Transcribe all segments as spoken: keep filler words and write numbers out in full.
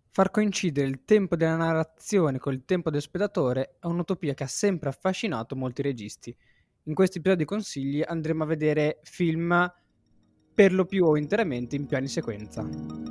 Far coincidere il tempo della narrazione col tempo dello spettatore è un'utopia che ha sempre affascinato molti registi. In questi episodi consigli andremo a vedere film per lo più o interamente in piani sequenza.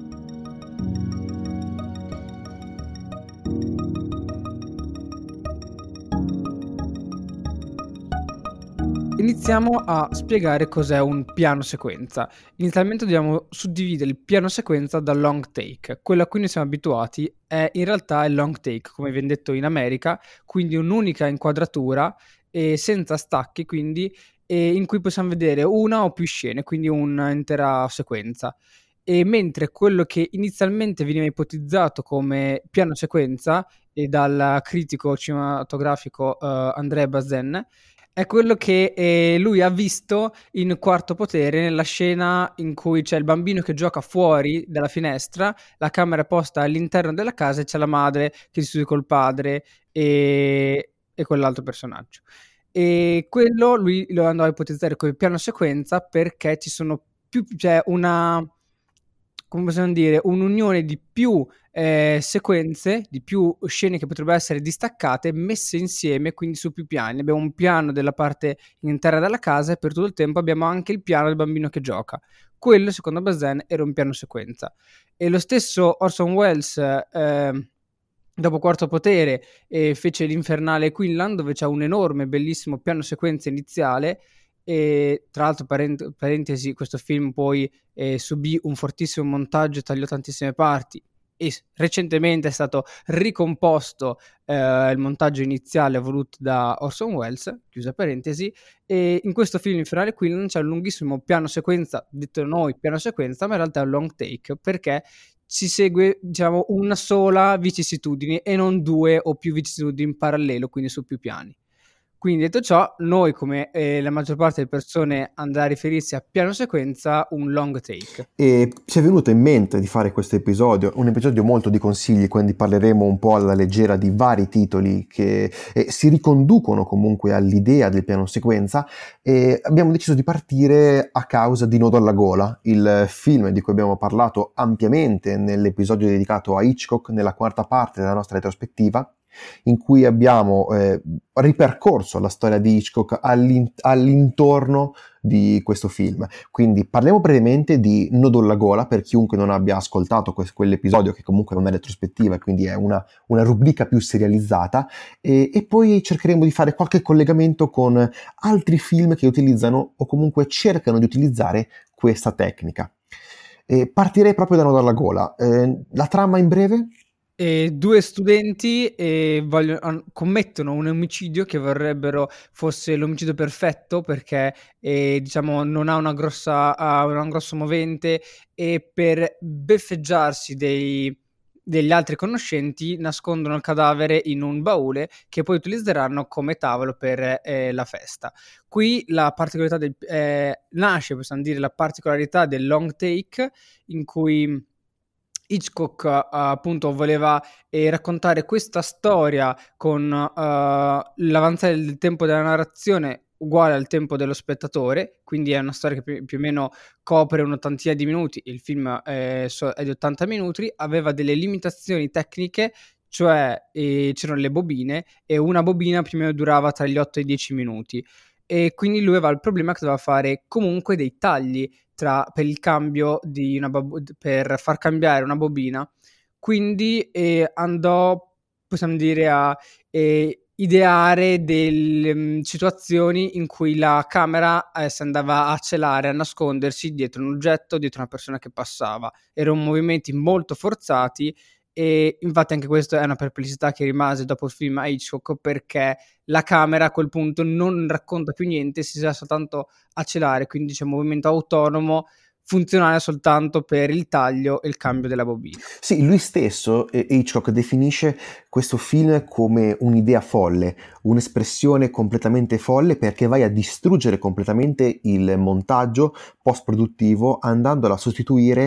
Iniziamo a spiegare cos'è un piano sequenza. Inizialmente dobbiamo suddividere il piano sequenza dal long take. Quello a cui noi siamo abituati è in realtà il long take, come viene detto in America, quindi un'unica inquadratura e senza stacchi, quindi e in cui possiamo vedere una o più scene, quindi un'intera sequenza. E mentre quello che inizialmente veniva ipotizzato come piano sequenza e dal critico cinematografico uh, André Bazin è quello che eh, lui ha visto in Quarto Potere, nella scena in cui c'è il bambino che gioca fuori dalla finestra, la camera è posta all'interno della casa e c'è la madre che discute col padre e, e quell'altro personaggio. E quello lui lo andò a ipotizzare come piano sequenza perché ci sono più, cioè una, come possiamo dire, un'unione di più eh, sequenze, di più scene che potrebbero essere distaccate, messe insieme, quindi su più piani. Abbiamo un piano della parte interna della casa e per tutto il tempo abbiamo anche il piano del bambino che gioca. Quello, secondo Bazin, era un piano sequenza. E lo stesso Orson Welles, eh, dopo Quarto Potere, eh, fece l'Infernale Quinlan, dove c'è un enorme, bellissimo piano sequenza iniziale. E tra l'altro, parent- parentesi, questo film poi eh, subì un fortissimo montaggio, tagliò tantissime parti e recentemente è stato ricomposto eh, il montaggio iniziale voluto da Orson Welles, chiusa parentesi, e in questo film Infernale Quinlan c'è un lunghissimo piano sequenza, detto noi piano sequenza, ma in realtà è un long take perché si segue, diciamo, una sola vicissitudine e non due o più vicissitudini in parallelo, quindi su più piani. Quindi detto ciò, noi come eh, la maggior parte delle persone andrà a riferirsi a piano sequenza un long take. E ci è venuto in mente di fare questo episodio, un episodio molto di consigli, quindi parleremo un po' alla leggera di vari titoli che eh, si riconducono comunque all'idea del piano sequenza, e abbiamo deciso di partire a causa di Nodo alla gola, il film di cui abbiamo parlato ampiamente nell'episodio dedicato a Hitchcock, nella quarta parte della nostra retrospettiva, in cui abbiamo eh, ripercorso la storia di Hitchcock all'in- all'intorno di questo film. Quindi parliamo brevemente di Nodo alla gola per chiunque non abbia ascoltato que- quell'episodio, che comunque non è retrospettiva e quindi è una, una rubrica più serializzata, e, e poi cercheremo di fare qualche collegamento con altri film che utilizzano o comunque cercano di utilizzare questa tecnica. E partirei proprio da Nodo alla gola. Eh, la trama in breve? E due studenti eh, vogliono, commettono un omicidio che vorrebbero fosse l'omicidio perfetto perché eh, diciamo non ha una grossa ha un grosso movente e per beffeggiarsi dei, degli altri conoscenti nascondono il cadavere in un baule che poi utilizzeranno come tavolo per eh, la festa. Qui la particolarità del eh, nasce, possiamo dire, la particolarità del long take in cui Hitchcock uh, appunto voleva eh, raccontare questa storia con uh, l'avanzare del tempo della narrazione uguale al tempo dello spettatore, quindi è una storia che più, più o meno copre un'ottantina di minuti, il film è, è di ottanta minuti, aveva delle limitazioni tecniche, cioè eh, c'erano le bobine e una bobina più o meno durava tra gli otto e i dieci minuti e quindi lui aveva il problema che doveva fare comunque dei tagli tra, per il cambio di una bob- per far cambiare una bobina. Quindi eh, andò, possiamo dire, a eh, ideare delle um, situazioni in cui la camera eh, si andava a celare, a nascondersi dietro un oggetto, dietro una persona che passava. Erano movimenti molto forzati e infatti anche questa è una perplessità che rimase dopo il film a Hitchcock perché la camera a quel punto non racconta più niente, si sa soltanto a celare, quindi c'è un movimento autonomo funzionale soltanto per il taglio e il cambio della bobina. Sì, lui stesso, eh, Hitchcock, definisce questo film come un'idea folle, un'espressione completamente folle perché vai a distruggere completamente il montaggio post-produttivo andandolo a sostituire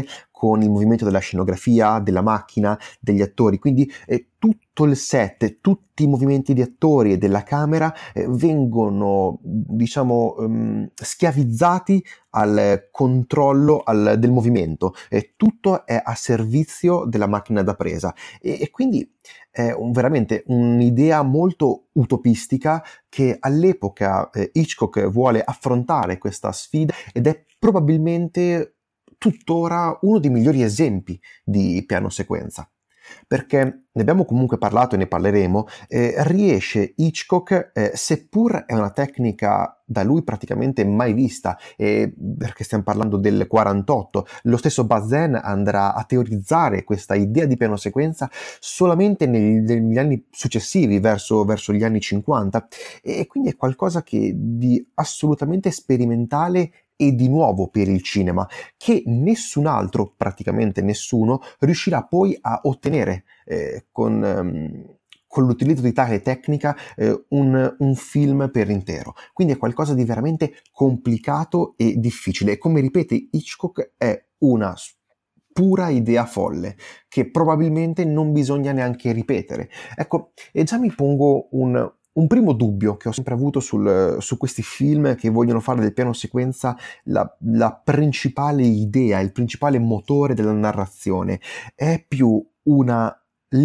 con il movimento della scenografia, della macchina, degli attori, quindi eh, tutto il set, tutti i movimenti di attori e della camera eh, vengono, diciamo, um, schiavizzati al controllo al, del movimento, e tutto è a servizio della macchina da presa, e, e quindi è un, veramente un'idea molto utopistica che all'epoca eh, Hitchcock vuole affrontare questa sfida, ed è probabilmente tuttora uno dei migliori esempi di piano sequenza. Perché ne abbiamo comunque parlato e ne parleremo, eh, riesce Hitchcock, eh, seppur è una tecnica da lui praticamente mai vista, eh, perché stiamo parlando del quarantotto, lo stesso Bazin andrà a teorizzare questa idea di piano sequenza solamente negli, negli anni successivi, verso, verso gli anni cinquanta, e quindi è qualcosa che di assolutamente sperimentale e di nuovo per il cinema, che nessun altro, praticamente nessuno, riuscirà poi a ottenere eh, con, um, con l'utilizzo di tale tecnica eh, un, un film per intero. Quindi è qualcosa di veramente complicato e difficile, e come ripete Hitchcock è una pura idea folle che probabilmente non bisogna neanche ripetere. Ecco, e già mi pongo un Un primo dubbio che ho sempre avuto sul, su questi film che vogliono fare del piano sequenza la, la principale idea, il principale motore della narrazione: è più una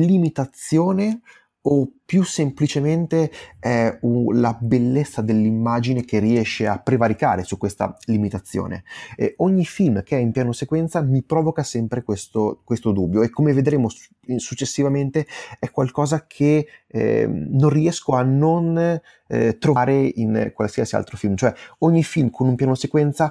limitazione o più semplicemente è un, la bellezza dell'immagine che riesce a prevaricare su questa limitazione? E ogni film che è in piano sequenza mi provoca sempre questo, questo dubbio, e come vedremo su, successivamente è qualcosa che eh, non riesco a non eh, trovare in qualsiasi altro film. Cioè ogni film con un piano sequenza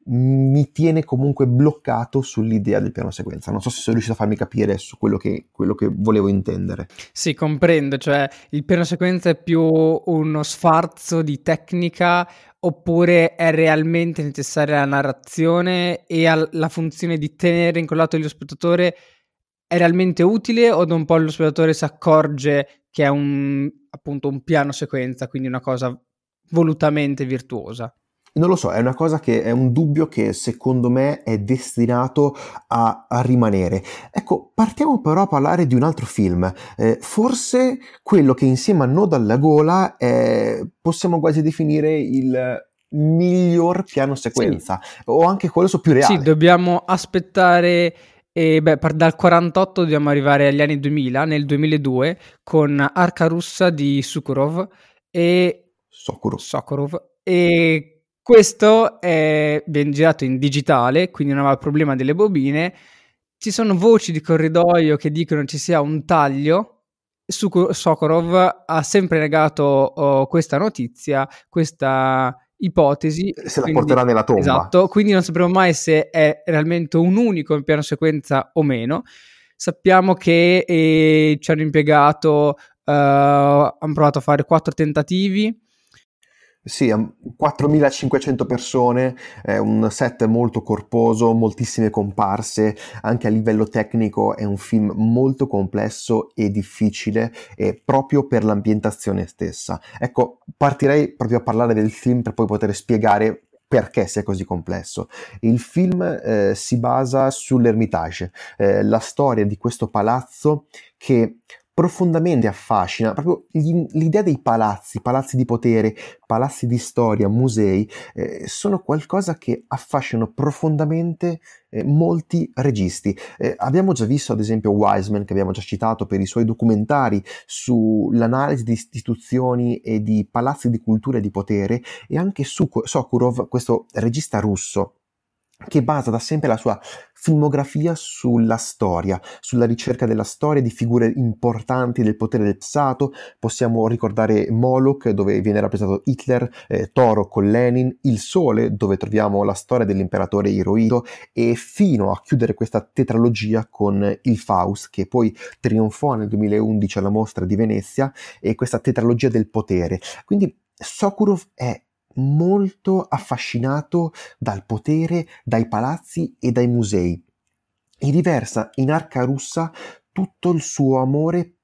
mi tiene comunque bloccato sull'idea del piano sequenza. Non so se sono riuscito a farmi capire su quello che, quello che volevo intendere. Sì, comprendo, cioè il piano sequenza è più uno sfarzo di tecnica, oppure è realmente necessaria la narrazione e al- la funzione di tenere incollato lo spettatore è realmente utile, o da un po' lo spettatore si accorge che è un, appunto, un piano sequenza, quindi una cosa volutamente virtuosa? Non lo so, è una cosa che è un dubbio che secondo me è destinato a, a rimanere. Ecco, partiamo però a parlare di un altro film, eh, forse quello che insieme a Nodo alla gola è, possiamo quasi definire il miglior piano Sì, sequenza, o anche quello so più sì, reale. dobbiamo aspettare, e beh, par- dal quarantotto dobbiamo arrivare agli anni duemila, nel duemiladue, con Arca Russa di Sukhorov e Sokurov. Sokorov, e questo è ben girato in digitale, quindi non aveva il problema delle bobine. Ci sono voci di corridoio che dicono ci sia un taglio. Suk- Sokorov ha sempre negato oh, questa notizia, questa ipotesi, Se la quindi porterà nella tomba. esatto, quindi non sapremo mai se è realmente un unico in piano sequenza o meno. Sappiamo che eh, ci hanno impiegato, eh, hanno provato a fare quattro tentativi. Sì, am- quattromilacinquecento persone, è un set molto corposo, moltissime comparse, anche a livello tecnico è un film molto complesso e difficile, e proprio per l'ambientazione stessa. Ecco, partirei proprio a parlare del film per poi poter spiegare perché sia così complesso. Il film eh, si basa sull'Ermitage, eh, la storia di questo palazzo che profondamente affascina, proprio gli- l'idea dei palazzi, palazzi di potere, palazzi di storia, musei, eh, sono qualcosa che affascinano profondamente eh, molti registi. Eh, abbiamo già visto ad esempio Wiseman, che abbiamo già citato per i suoi documentari sull'analisi di istituzioni e di palazzi di cultura e di potere, e anche su Sokurov, questo regista russo che basa da sempre la sua filmografia sulla storia, sulla ricerca della storia, di figure importanti del potere del passato. Possiamo ricordare Moloch, dove viene rappresentato Hitler, eh, Toro con Lenin, Il Sole, dove troviamo la storia dell'imperatore Hirohito, e fino a chiudere questa tetralogia con Il Faust, che poi trionfò nel duemilaundici alla Mostra di Venezia, e questa tetralogia del potere. Quindi Sokurov è molto affascinato dal potere, dai palazzi e dai musei, e riversa in Arca Russa tutto il suo amore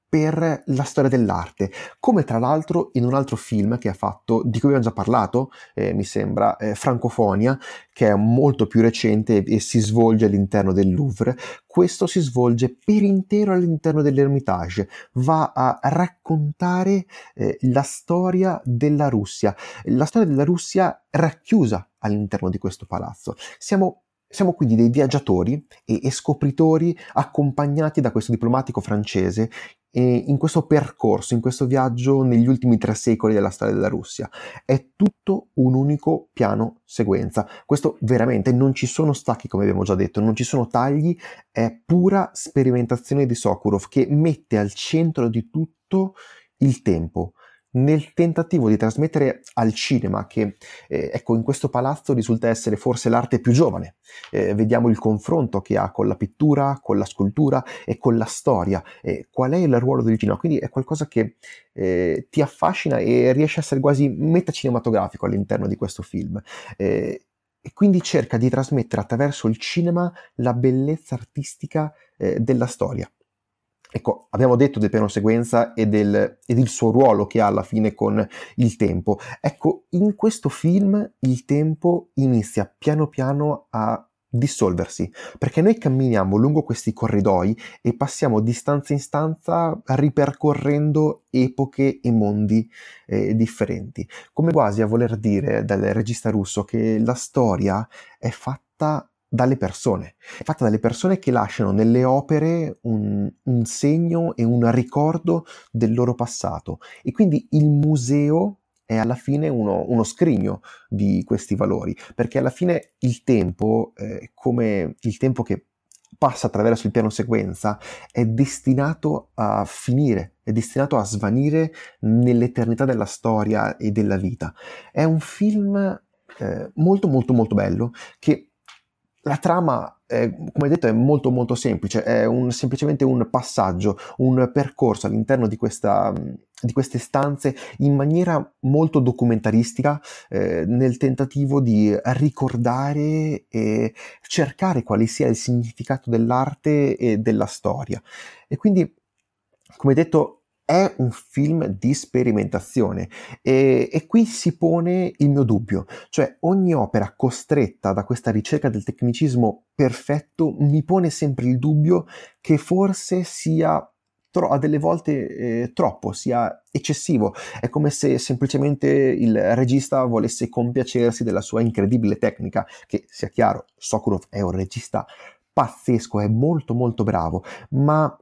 per la storia dell'arte, come tra l'altro in un altro film che ha fatto, di cui abbiamo già parlato, eh, mi sembra, eh, Francofonia, che è molto più recente e, e si svolge all'interno del Louvre. Questo si svolge per intero all'interno dell'Ermitage, va a raccontare eh, la storia della Russia, la storia della Russia racchiusa all'interno di questo palazzo. Siamo Siamo quindi dei viaggiatori e, e scopritori accompagnati da questo diplomatico francese e in questo percorso, in questo viaggio negli ultimi tre secoli della storia della Russia. È tutto un unico piano sequenza. Questo veramente non ci sono stacchi, come abbiamo già detto, non ci sono tagli, è pura sperimentazione di Sokurov che mette al centro di tutto il tempo, nel tentativo di trasmettere al cinema che eh, ecco, in questo palazzo risulta essere forse l'arte più giovane. Eh, vediamo il confronto che ha con la pittura, con la scultura e con la storia, eh, qual è il ruolo del cinema, quindi è qualcosa che eh, ti affascina e riesce a essere quasi metacinematografico all'interno di questo film. Eh, e quindi cerca di trasmettere attraverso il cinema la bellezza artistica eh, della storia. Ecco, abbiamo detto del piano sequenza e del, e del suo ruolo che ha alla fine con il tempo. Ecco, in questo film il tempo inizia piano piano a dissolversi, perché noi camminiamo lungo questi corridoi e passiamo di stanza in stanza ripercorrendo epoche e mondi eh, differenti, come quasi a voler dire dal regista russo che la storia è fatta dalle persone, è fatta dalle persone che lasciano nelle opere un, un segno e un ricordo del loro passato, e quindi il museo è alla fine uno, uno scrigno di questi valori, perché alla fine il tempo, eh, come il tempo che passa attraverso il piano sequenza, è destinato a finire, è destinato a svanire nell'eternità della storia e della vita. È un film eh, molto molto molto bello, che la trama, è, come detto, è molto molto semplice, è un, semplicemente un passaggio, un percorso all'interno di, questa, di queste stanze in maniera molto documentaristica, eh, nel tentativo di ricordare e cercare quale sia il significato dell'arte e della storia. E quindi, come detto, è un film di sperimentazione e, e qui si pone il mio dubbio, cioè ogni opera costretta da questa ricerca del tecnicismo perfetto mi pone sempre il dubbio che forse sia tro- a delle volte eh, troppo, sia eccessivo. È come se semplicemente il regista volesse compiacersi della sua incredibile tecnica, che sia chiaro, Sokurov è un regista pazzesco, è molto molto bravo, ma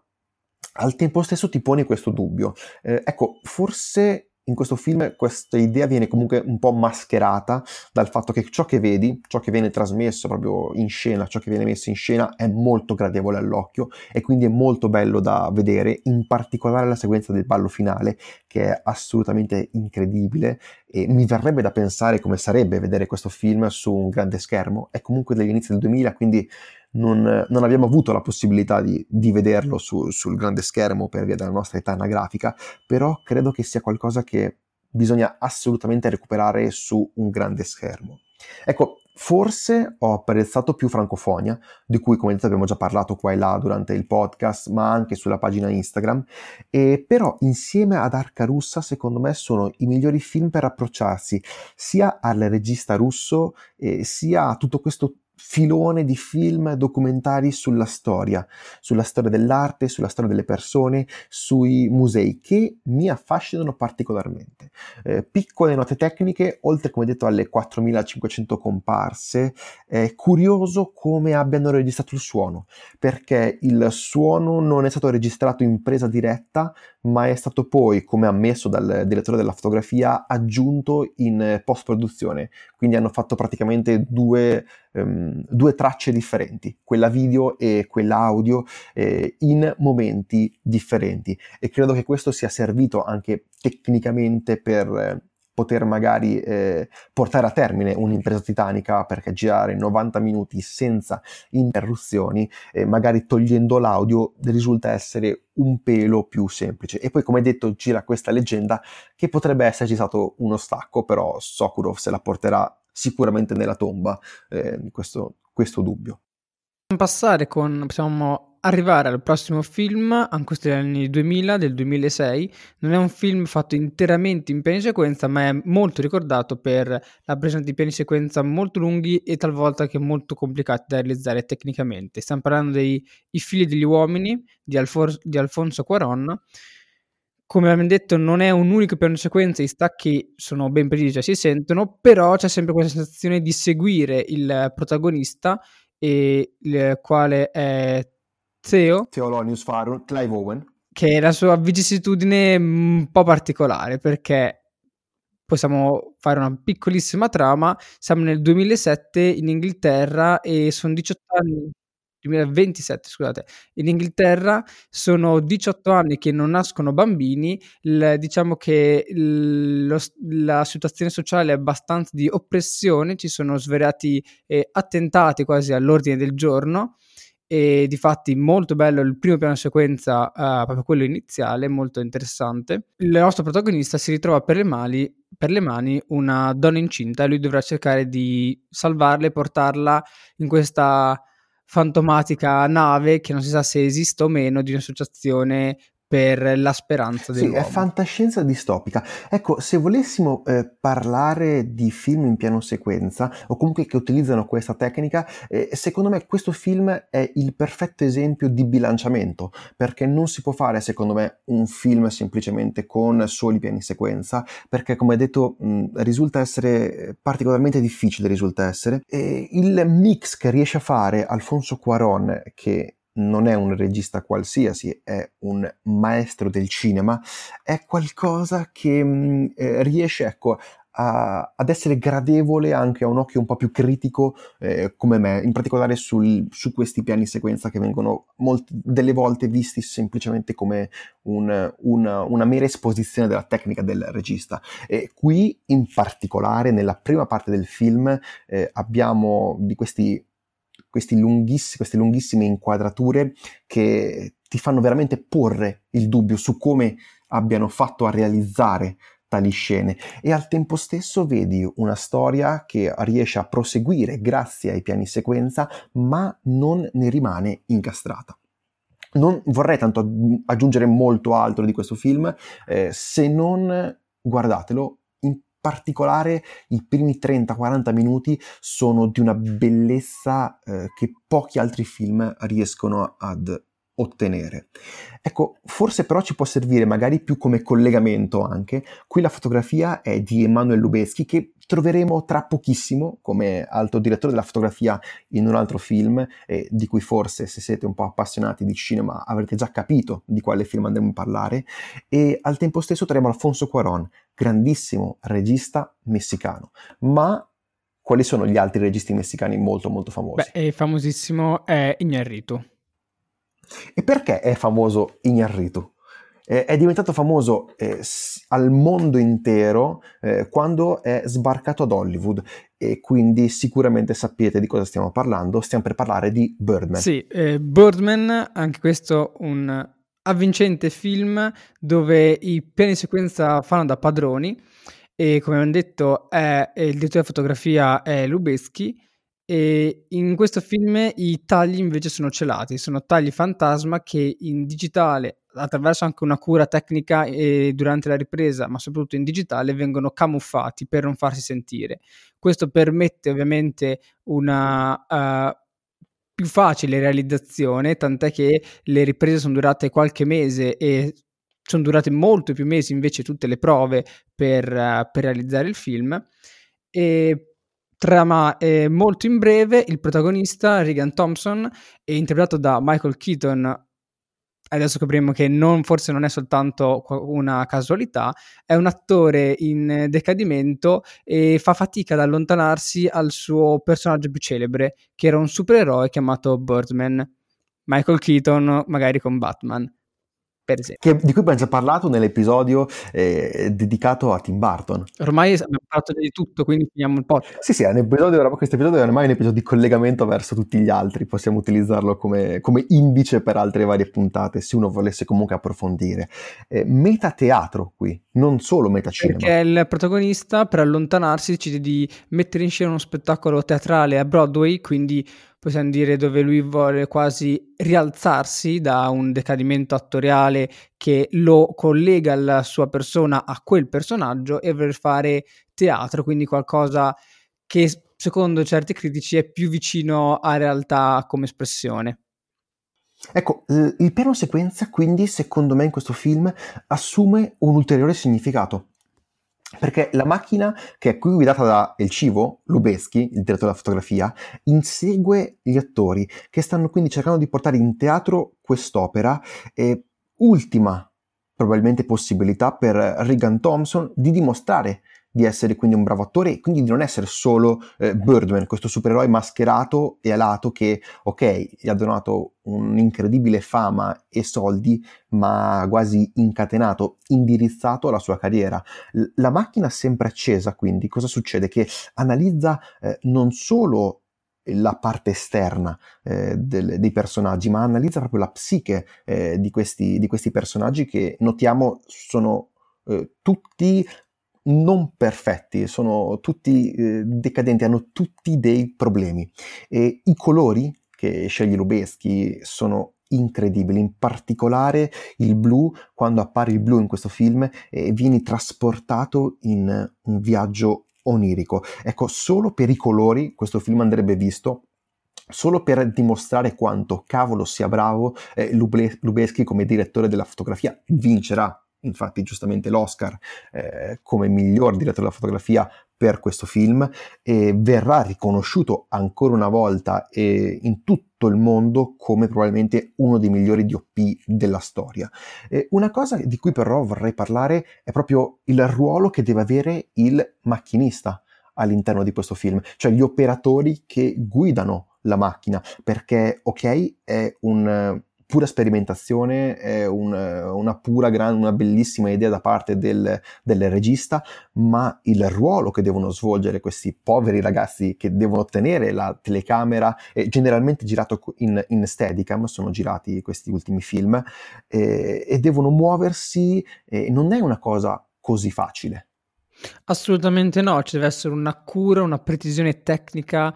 al tempo stesso ti poni questo dubbio. Eh, ecco, forse in questo film questa idea viene comunque un po' mascherata dal fatto che ciò che vedi, ciò che viene trasmesso proprio in scena, ciò che viene messo in scena è molto gradevole all'occhio e quindi è molto bello da vedere, in particolare la sequenza del ballo finale, che è assolutamente incredibile, e mi verrebbe da pensare come sarebbe vedere questo film su un grande schermo. È comunque dagli inizi del duemila, quindi non, non abbiamo avuto la possibilità di, di vederlo su, sul grande schermo per via della nostra età anagrafica, però credo che sia qualcosa che bisogna assolutamente recuperare su un grande schermo. Ecco, forse ho apprezzato più Francofonia, di cui come detto abbiamo già parlato qua e là durante il podcast, ma anche sulla pagina Instagram, e però insieme ad Arca Russa secondo me sono i migliori film per approcciarsi sia al regista russo eh, sia a tutto questo filone di film documentari sulla storia, sulla storia dell'arte, sulla storia delle persone, sui musei, che mi affascinano particolarmente. Eh, piccole note tecniche, oltre come detto alle quattromilacinquecento comparse, è curioso come abbiano registrato il suono, perché il suono non è stato registrato in presa diretta, ma è stato poi, come ammesso dal direttore della fotografia, aggiunto in post-produzione. Quindi hanno fatto praticamente due Um, due tracce differenti, quella video e quella audio, eh, in momenti differenti, e credo che questo sia servito anche tecnicamente per eh, poter magari eh, portare a termine un'impresa titanica, perché girare novanta minuti senza interruzioni, eh, magari togliendo l'audio, risulta essere un pelo più semplice. E poi, come detto, gira questa leggenda che potrebbe esserci stato uno stacco, però Sokurov se la porterà sicuramente nella tomba, eh, questo, questo dubbio. Passare con, possiamo arrivare al prossimo film, anche questo degli anni duemila, del duemilasei. Non è un film fatto interamente in piani sequenza, ma è molto ricordato per la presenza di piani sequenza molto lunghi e talvolta anche molto complicati da realizzare tecnicamente. Stiamo parlando dei I figli degli uomini di, Alfor- di Alfonso Cuarón. Come abbiamo detto, non è un unico piano sequenza, i stacchi sono ben precisi, cioè si sentono, però c'è sempre questa sensazione di seguire il protagonista, e il quale è Theo, Thelonious Farun, Clive Owen. che la sua vicissitudine è un po' particolare, perché possiamo fare una piccolissima trama. Siamo nel duemilasette in Inghilterra e sono diciotto anni, duemilaventisette scusate, in Inghilterra sono diciotto anni che non nascono bambini. Il, diciamo che il, lo, la situazione sociale è abbastanza di oppressione, ci sono svariati eh, attentati quasi all'ordine del giorno, e difatti molto bello il primo piano sequenza, uh, proprio quello iniziale, molto interessante. Il nostro protagonista si ritrova per le mani, per le mani una donna incinta, e lui dovrà cercare di salvarla e portarla in questa fantomatica nave che non si sa se esista o meno, di un'associazione per la speranza Sì, è dell'uomo. fantascienza distopica. Ecco, se volessimo eh, parlare di film in piano sequenza, o comunque che utilizzano questa tecnica, eh, secondo me questo film è il perfetto esempio di bilanciamento, perché non si può fare, secondo me, un film semplicemente con soli piani sequenza, perché, come detto, mh, risulta essere particolarmente difficile, risulta essere. E il mix che riesce a fare Alfonso Cuarón, che non è un regista qualsiasi, è un maestro del cinema, è qualcosa che mh, eh, riesce, ecco, a, ad essere gradevole anche a un occhio un po' più critico eh, come me, in particolare sul, su questi piani sequenza che vengono molte delle volte visti semplicemente come un, una, una mera esposizione della tecnica del regista. E qui, in particolare, nella prima parte del film, eh, abbiamo di questi questi lunghiss- queste lunghissime inquadrature che ti fanno veramente porre il dubbio su come abbiano fatto a realizzare tali scene, e al tempo stesso vedi una storia che riesce a proseguire grazie ai piani sequenza, ma non ne rimane incastrata. Non vorrei tanto aggiungere molto altro di questo film, eh, se non guardatelo. In particolare i primi trenta quaranta minuti sono di una bellezza eh, che pochi altri film riescono ad ottenere. Ecco, forse però ci può servire magari più come collegamento anche. Qui la fotografia è di Emanuel Lubezki, che troveremo tra pochissimo come alto direttore della fotografia in un altro film, eh, di cui forse, se siete un po' appassionati di cinema, avrete già capito di quale film andremo a parlare. E al tempo stesso troviamo Alfonso Cuarón, grandissimo regista messicano. Ma quali sono gli altri registi messicani molto molto famosi? Beh, è famosissimo è Iñárritu. E perché è famoso Iñárritu? Eh, è diventato famoso eh, s- al mondo intero eh, quando è sbarcato ad Hollywood, e quindi sicuramente sapete di cosa stiamo parlando. Stiamo per parlare di Birdman. Sì, eh, Birdman, anche questo un avvincente film dove i piani sequenza fanno da padroni, e come abbiamo detto è, è il direttore di fotografia è Lubezki, e in questo film i tagli invece sono celati, sono tagli fantasma che in digitale, attraverso anche una cura tecnica e durante la ripresa, ma soprattutto in digitale, vengono camuffati per non farsi sentire. Questo permette ovviamente una uh, più facile realizzazione, tant'è che le riprese sono durate qualche mese e sono durate molto più mesi invece tutte le prove per, uh, per realizzare il film. E trama eh, molto in breve, il protagonista Regan Thompson è interpretato da Michael Keaton. Adesso scopriremo che non, forse non è soltanto una casualità, è un attore in decadimento e fa fatica ad allontanarsi al suo personaggio più celebre, che era un supereroe chiamato Birdman. Michael Keaton, magari con Batman, per esempio. Che, di cui abbiamo già parlato nell'episodio eh, dedicato a Tim Burton. Ormai abbiamo parlato di tutto, quindi finiamo il podcast. Sì, sì, è un episodio, questo episodio è ormai un episodio di collegamento verso tutti gli altri, possiamo utilizzarlo come, come indice per altre varie puntate, se uno volesse comunque approfondire. Eh, metateatro qui, non solo metacinema. Perché il protagonista, per allontanarsi, decide di mettere in scena uno spettacolo teatrale a Broadway, quindi possiamo dire, dove lui vuole quasi rialzarsi da un decadimento attoriale che lo collega la sua persona a quel personaggio e voler fare teatro, quindi qualcosa che secondo certi critici è più vicino a realtà come espressione. Ecco, l- il piano sequenza quindi secondo me in questo film assume un ulteriore significato. Perché la macchina che è qui guidata da El Civo, Lubezki, il direttore della fotografia, insegue gli attori che stanno quindi cercando di portare in teatro quest'opera, e ultima probabilmente possibilità per Regan Thompson di dimostrare di essere quindi un bravo attore e quindi di non essere solo eh, Birdman, questo supereroe mascherato e alato che, ok, gli ha donato un'incredibile fama e soldi, ma quasi incatenato, indirizzato alla sua carriera. L- la macchina sempre accesa, quindi, cosa succede? Che analizza eh, non solo la parte esterna eh, del, dei personaggi, ma analizza proprio la psiche eh, di, questi, di questi personaggi che notiamo sono eh, tutti non perfetti, sono tutti eh, decadenti, hanno tutti dei problemi. E i colori che sceglie Lubezki sono incredibili, in particolare il blu. Quando appare il blu in questo film e vieni trasportato in un viaggio onirico. Ecco, solo per i colori questo film andrebbe visto, solo per dimostrare quanto cavolo sia bravo eh, Luble- Lubezki come direttore della fotografia. Vincerà infatti giustamente l'Oscar eh, come miglior direttore della fotografia per questo film, e verrà riconosciuto ancora una volta eh, in tutto il mondo come probabilmente uno dei migliori D O P della storia. Eh, una cosa di cui però vorrei parlare è proprio il ruolo che deve avere il macchinista all'interno di questo film, cioè gli operatori che guidano la macchina, perché ok, è un pura sperimentazione, è un, una pura gran, una bellissima idea da parte del, del regista, ma il ruolo che devono svolgere questi poveri ragazzi che devono tenere la telecamera, eh, generalmente girato in, in Steadicam, sono girati questi ultimi film, eh, e devono muoversi, eh, non è una cosa così facile. Assolutamente no, ci deve essere una cura, una precisione tecnica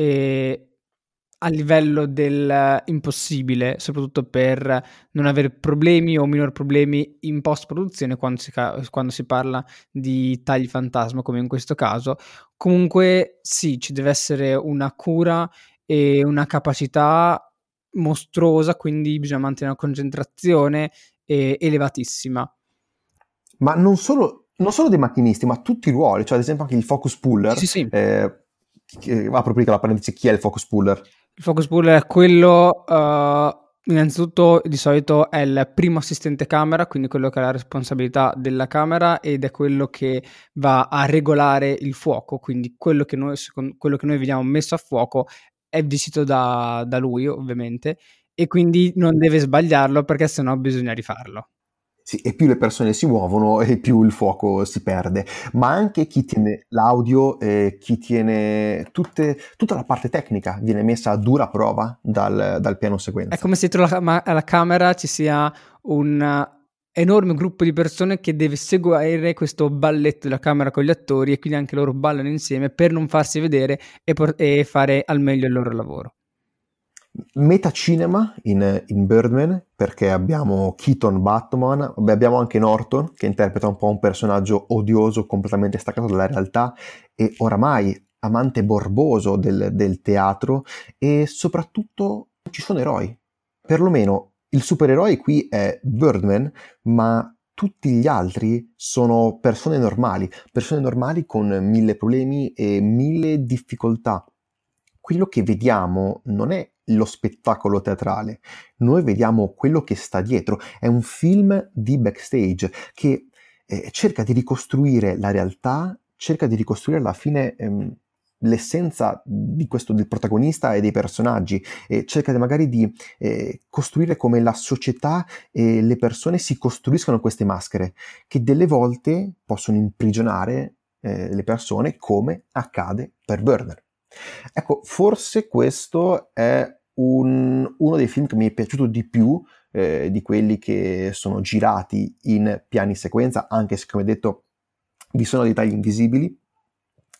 e a livello del impossibile, soprattutto per non avere problemi o minor problemi in post-produzione quando si, ca- quando si parla di tagli fantasma, come in questo caso. Comunque sì, ci deve essere una cura e una capacità mostruosa, quindi bisogna mantenere una concentrazione eh, elevatissima. Ma non solo, non solo dei macchinisti, ma tutti i ruoli, cioè ad esempio anche il focus Sì, puller. sì, sì. Eh, che- apro qui la parentesi, chi è il focus puller? Il focus puller è quello, uh, innanzitutto di solito è il primo assistente camera, quindi quello che ha la responsabilità della camera ed è quello che va a regolare il fuoco, quindi quello che noi, secondo, quello che noi vediamo messo a fuoco è gestito da, da lui ovviamente e quindi non deve sbagliarlo perché sennò bisogna rifarlo. Sì, e più le persone si muovono e più il fuoco si perde, ma anche chi tiene l'audio, eh, chi tiene tutte, tutta la parte tecnica viene messa a dura prova dal, dal piano È sequenza. come se dietro la cam- alla camera ci sia un enorme gruppo di persone che deve seguire questo balletto della camera con gli attori e quindi anche loro ballano insieme per non farsi vedere e, por- e fare al meglio il loro lavoro. Metacinema in, in Birdman, perché abbiamo Keaton Batman, vabbè, abbiamo anche Norton che interpreta un po' un personaggio odioso, completamente staccato dalla realtà e oramai amante borboso del, del teatro, e soprattutto ci sono eroi. Perlomeno il supereroe qui è Birdman, ma tutti gli altri sono persone normali, persone normali con mille problemi e mille difficoltà. Quello che vediamo non è lo spettacolo teatrale, noi vediamo quello che sta dietro. È un film di backstage che eh, cerca di ricostruire la realtà, cerca di ricostruire alla fine ehm, l'essenza di questo, del protagonista e dei personaggi, e cerca di, magari di eh, costruire come la società e le persone si costruiscono queste maschere che delle volte possono imprigionare eh, le persone, come accade per Burner. Ecco, forse questo è un- uno dei film che mi è piaciuto di più eh, di quelli che sono girati in piani sequenza, anche se, come detto, vi sono dei tagli invisibili.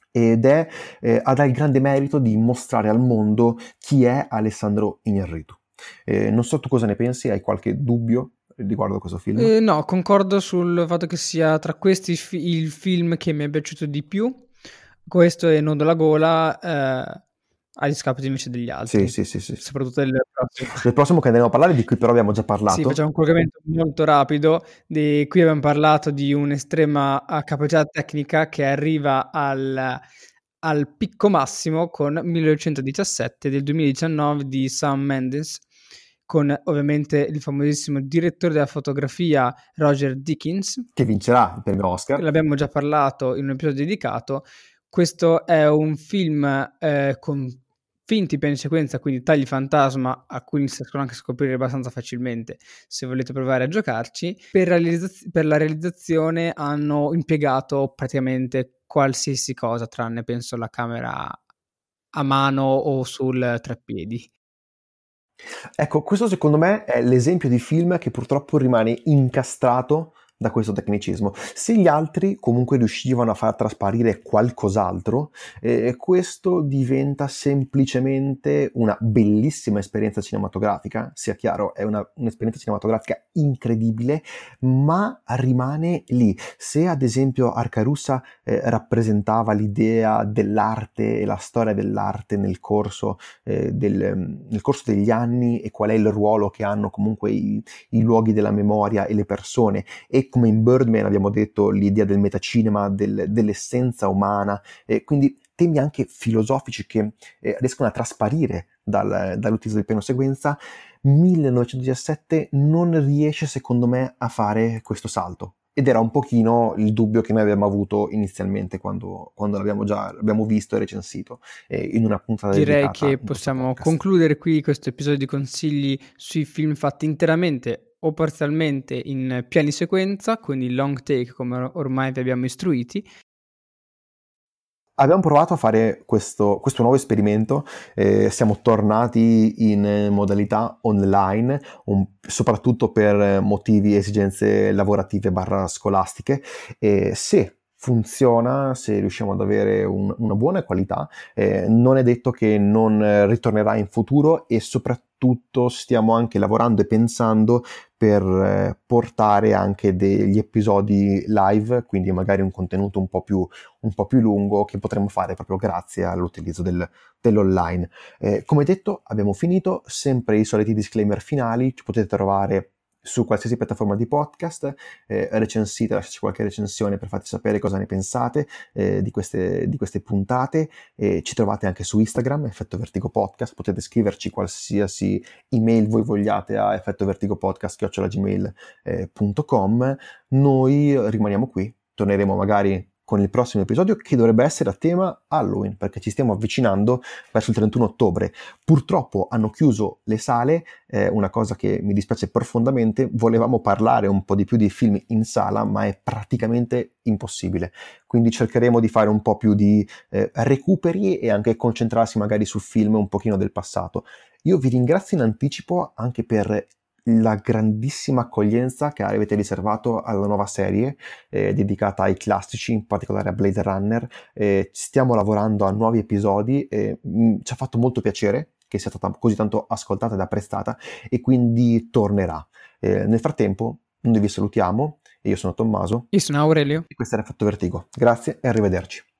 ed è, eh, ha il grande merito di mostrare al mondo chi è Alessandro Iñárritu. Eh, non so tu cosa ne pensi, hai qualche dubbio riguardo a questo film? Eh, no, concordo sul fatto che sia tra questi fi- il film che mi è piaciuto di più. Questo è Nodo alla gola, eh, a discapito invece degli altri, Sì, sì, sì, sì. soprattutto del prossimo. Del prossimo che andremo a parlare, di cui però abbiamo già Sì, parlato. facciamo un collegamento molto rapido. Di, qui abbiamo parlato di un'estrema eh, capacità tecnica che arriva al, al picco massimo con millenovecentodiciassette del duemiladiciannove di Sam Mendes, con ovviamente il famosissimo direttore della fotografia Roger Deakins, che vincerà il premio Oscar. L'abbiamo già parlato in un episodio dedicato. Questo è un film eh, con finti piani sequenza, quindi tagli fantasma, a cui si riescono anche a scoprire abbastanza facilmente se volete provare a giocarci. Per, realizza- per la realizzazione hanno impiegato praticamente qualsiasi cosa, tranne penso la camera a mano o sul treppiedi. Ecco, questo secondo me è l'esempio di film che purtroppo rimane incastrato da questo tecnicismo. Se gli altri comunque riuscivano a far trasparire qualcos'altro, eh, questo diventa semplicemente una bellissima esperienza cinematografica, sia chiaro, è una, un'esperienza cinematografica incredibile, ma rimane lì. Se ad esempio Arcarussa eh, rappresentava l'idea dell'arte e la storia dell'arte nel corso, eh, del, nel corso degli anni e qual è il ruolo che hanno comunque i, i luoghi della memoria e le persone, e come in Birdman abbiamo detto l'idea del metacinema, del, dell'essenza umana, e quindi temi anche filosofici che eh, riescono a trasparire dal, dall'utilizzo del piano sequenza. millenovecentodiciassette non riesce secondo me a fare questo salto, ed era un pochino il dubbio che noi abbiamo avuto inizialmente quando, quando l'abbiamo già abbiamo visto e recensito eh, in una puntata Direi dedicata che in questo possiamo podcast. concludere qui questo episodio di consigli sui film fatti interamente o parzialmente in piani sequenza, quindi long take come or- ormai vi abbiamo istruiti. Abbiamo provato a fare questo, questo nuovo esperimento, eh, siamo tornati in modalità online, un, soprattutto per motivi e esigenze lavorative barra scolastiche, e se funziona, se riusciamo ad avere un, una buona qualità, eh, non è detto che non ritornerà in futuro, e soprattutto stiamo anche lavorando e pensando per eh, portare anche degli episodi live, quindi magari un contenuto un po' più, un po' più lungo che potremo fare proprio grazie all'utilizzo del, dell'online. Eh, come detto, abbiamo finito, sempre i soliti disclaimer finali, ci potete trovare su qualsiasi piattaforma di podcast, eh, recensite, lasciate qualche recensione per farci sapere cosa ne pensate eh, di, queste, di queste puntate, eh, ci trovate anche su Instagram, Effetto Vertigo Podcast, potete scriverci qualsiasi email voi vogliate a effettovertigopodcast chiocciola gmail punto com. Noi rimaniamo qui, torneremo magari con il prossimo episodio, che dovrebbe essere a tema Halloween, perché ci stiamo avvicinando verso il trentuno ottobre. Purtroppo hanno chiuso le sale, eh, una cosa che mi dispiace profondamente. Volevamo parlare un po' di più di film in sala, ma è praticamente impossibile. Quindi cercheremo di fare un po' più di eh, recuperi e anche concentrarsi magari su film un pochino del passato. Io vi ringrazio in anticipo anche per la grandissima accoglienza che avete riservato alla nuova serie eh, dedicata ai classici, in particolare a Blade Runner. Eh, stiamo lavorando a nuovi episodi e mh, ci ha fatto molto piacere che sia stata così tanto ascoltata ed apprezzata, e quindi tornerà. Eh, nel frattempo noi vi salutiamo, e io sono Tommaso Io sono Aurelio. e questo era Effetto Vertigo. Grazie e arrivederci.